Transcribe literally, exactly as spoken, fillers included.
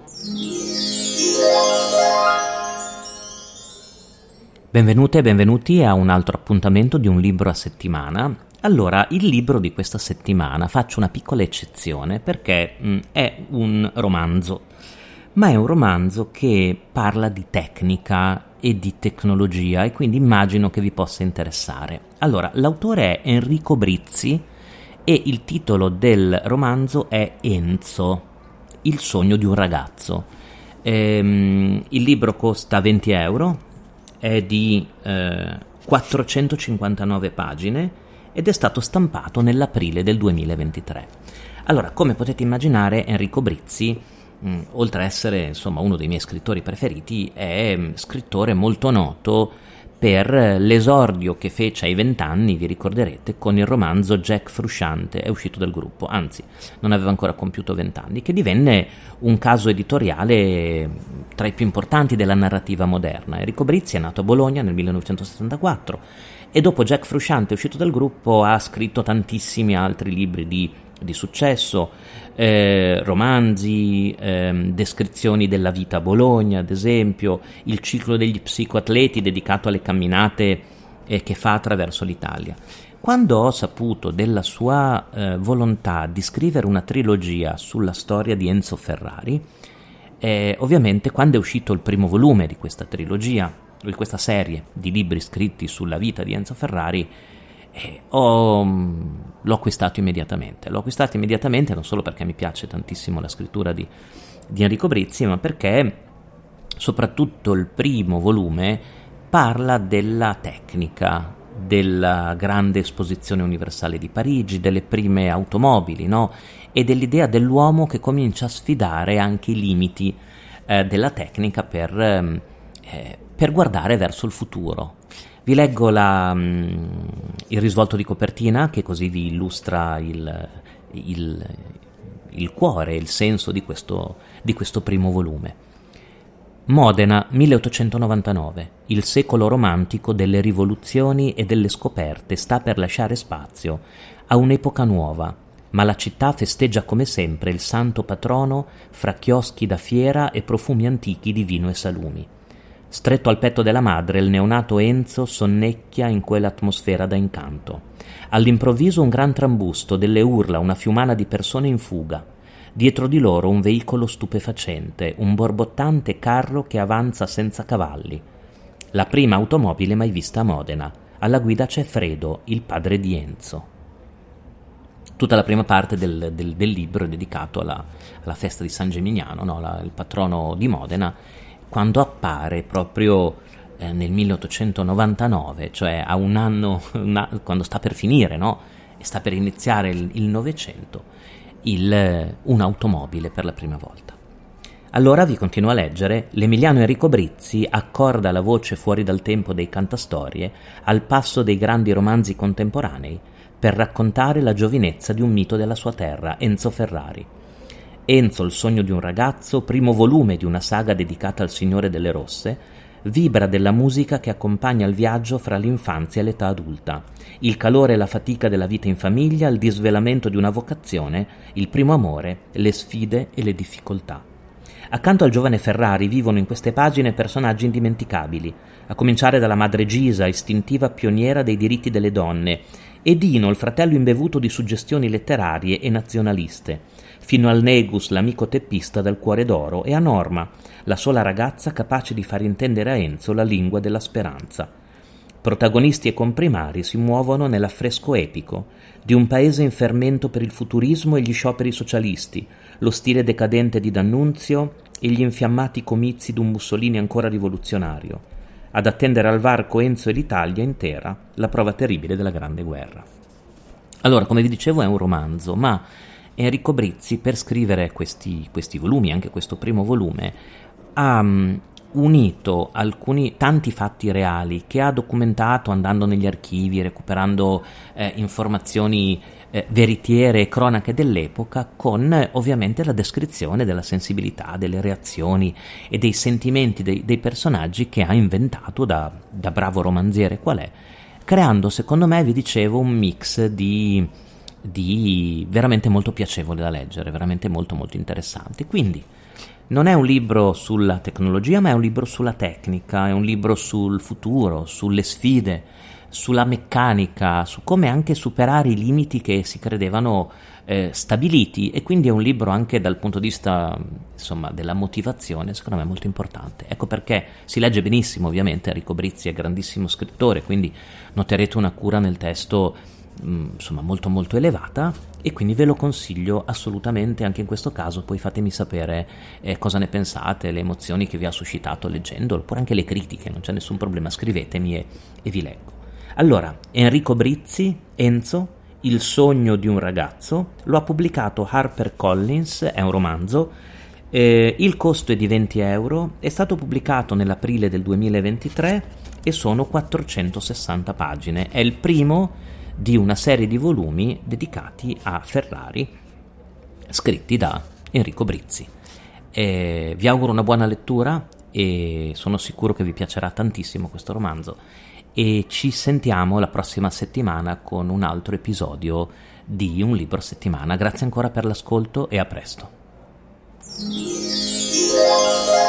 Benvenute e benvenuti a un altro appuntamento di un libro a settimana. Allora, il libro di questa settimana faccio una piccola eccezione perché mh, è un romanzo, ma è un romanzo che parla di tecnica e di tecnologia e quindi immagino che vi possa interessare. Allora, l'autore è Enrico Brizzi e il titolo del romanzo è Enzo, il sogno di un ragazzo. Ehm, il libro costa venti euro, è di eh, quattrocentocinquantanove pagine ed è stato stampato nell'aprile del duemilaventitré. Allora, come potete immaginare, Enrico Brizzi, mh, oltre a essere insomma uno dei miei scrittori preferiti, è mh, scrittore molto noto per l'esordio che fece ai vent'anni, vi ricorderete, con il romanzo Jack Frusciante, è uscito dal gruppo, anzi non aveva ancora compiuto vent'anni, che divenne un caso editoriale tra i più importanti della narrativa moderna. Enrico Brizzi è nato a Bologna nel millenovecentosessantaquattro e dopo Jack Frusciante, uscito dal gruppo, ha scritto tantissimi altri libri di, di successo, eh, romanzi, eh, descrizioni della vita a Bologna, ad esempio, il ciclo degli psicoatleti dedicato alle camminate eh, che fa attraverso l'Italia. Quando ho saputo della sua eh, volontà di scrivere una trilogia sulla storia di Enzo Ferrari, eh, ovviamente quando è uscito il primo volume di questa trilogia, di questa serie di libri scritti sulla vita di Enzo Ferrari, eh, ho, l'ho acquistato immediatamente. L'ho acquistato immediatamente non solo perché mi piace tantissimo la scrittura di, di Enrico Brizzi, ma perché soprattutto il primo volume parla della tecnica, della grande esposizione universale di Parigi, delle prime automobili, no? E dell'idea dell'uomo che comincia a sfidare anche i limiti eh, della tecnica per, eh, per guardare verso il futuro. Vi leggo la, mh, il risvolto di copertina che così vi illustra il, il, il cuore, il senso di questo, di questo primo volume. Modena milleottocentonovantanove, il secolo romantico delle rivoluzioni e delle scoperte sta per lasciare spazio a un'epoca nuova, ma la città festeggia come sempre il santo patrono fra chioschi da fiera e profumi antichi di vino e salumi. Stretto al petto della madre, il neonato Enzo sonnecchia in quell'atmosfera da incanto. All'improvviso un gran trambusto, delle urla, una fiumana di persone in fuga. Dietro di loro un veicolo stupefacente, un borbottante carro che avanza senza cavalli. La prima automobile mai vista a Modena. Alla guida c'è Fredo, il padre di Enzo. Tutta la prima parte del, del, del libro è dedicato alla, alla festa di San Gimignano, no? la, il patrono di Modena, quando appare proprio eh, nel milleottocentonovantanove, cioè a un anno, una, quando sta per finire, no? E sta per iniziare il, il Novecento, il, un'automobile per la prima volta. Allora vi continuo a leggere. L'Emiliano Enrico Brizzi accorda la voce fuori dal tempo dei cantastorie al passo dei grandi romanzi contemporanei per raccontare la giovinezza di un mito della sua terra, Enzo Ferrari. Enzo, il sogno di un ragazzo, primo volume di una saga dedicata al Signore delle Rosse, vibra della musica che accompagna il viaggio fra l'infanzia e l'età adulta, il calore e la fatica della vita in famiglia, il disvelamento di una vocazione, il primo amore, le sfide e le difficoltà. Accanto al giovane Ferrari vivono in queste pagine personaggi indimenticabili, a cominciare dalla madre Gisa, istintiva pioniera dei diritti delle donne, e Dino, il fratello imbevuto di suggestioni letterarie e nazionaliste, fino al Negus, l'amico teppista dal cuore d'oro, e a Norma, la sola ragazza capace di far intendere a Enzo la lingua della speranza. Protagonisti e comprimari si muovono nell'affresco epico di un paese in fermento per il futurismo e gli scioperi socialisti, lo stile decadente di D'Annunzio e gli infiammati comizi d'un Mussolini ancora rivoluzionario, ad attendere al varco Enzo e l'Italia intera, la prova terribile della Grande Guerra. Allora, come vi dicevo, è un romanzo, ma Enrico Brizzi, per scrivere questi, questi volumi, anche questo primo volume, ha um, unito alcuni tanti fatti reali che ha documentato andando negli archivi, recuperando eh, informazioni eh, veritiere e cronache dell'epoca, con eh, ovviamente la descrizione della sensibilità, delle reazioni e dei sentimenti dei, dei personaggi che ha inventato da, da bravo romanziere qual è, creando, secondo me, vi dicevo, un mix di, di veramente molto piacevole da leggere, veramente molto molto interessante. Quindi Non è un libro sulla tecnologia, ma è un libro sulla tecnica, è un libro sul futuro, sulle sfide, sulla meccanica, su come anche superare i limiti che si credevano eh, stabiliti, e quindi è un libro anche dal punto di vista, insomma, della motivazione, secondo me molto importante. Ecco perché si legge benissimo, ovviamente. Enrico Brizzi è grandissimo scrittore, quindi noterete una cura nel testo mh, insomma molto molto elevata, e quindi ve lo consiglio assolutamente anche in questo caso. Poi fatemi sapere eh, cosa ne pensate, le emozioni che vi ha suscitato leggendolo, oppure anche le critiche, non c'è nessun problema, scrivetemi e, e vi leggo. Allora, Enrico Brizzi, Enzo, Il sogno di un ragazzo, lo ha pubblicato HarperCollins, è un romanzo, eh, il costo è di venti euro, è stato pubblicato nell'aprile del duemilaventitré e sono quattrocentosessanta pagine, è il primo di una serie di volumi dedicati a Ferrari, scritti da Enrico Brizzi. Eh, vi auguro una buona lettura e sono sicuro che vi piacerà tantissimo questo romanzo, e ci sentiamo la prossima settimana con un altro episodio di Un libro a settimana. Grazie ancora per l'ascolto e a presto.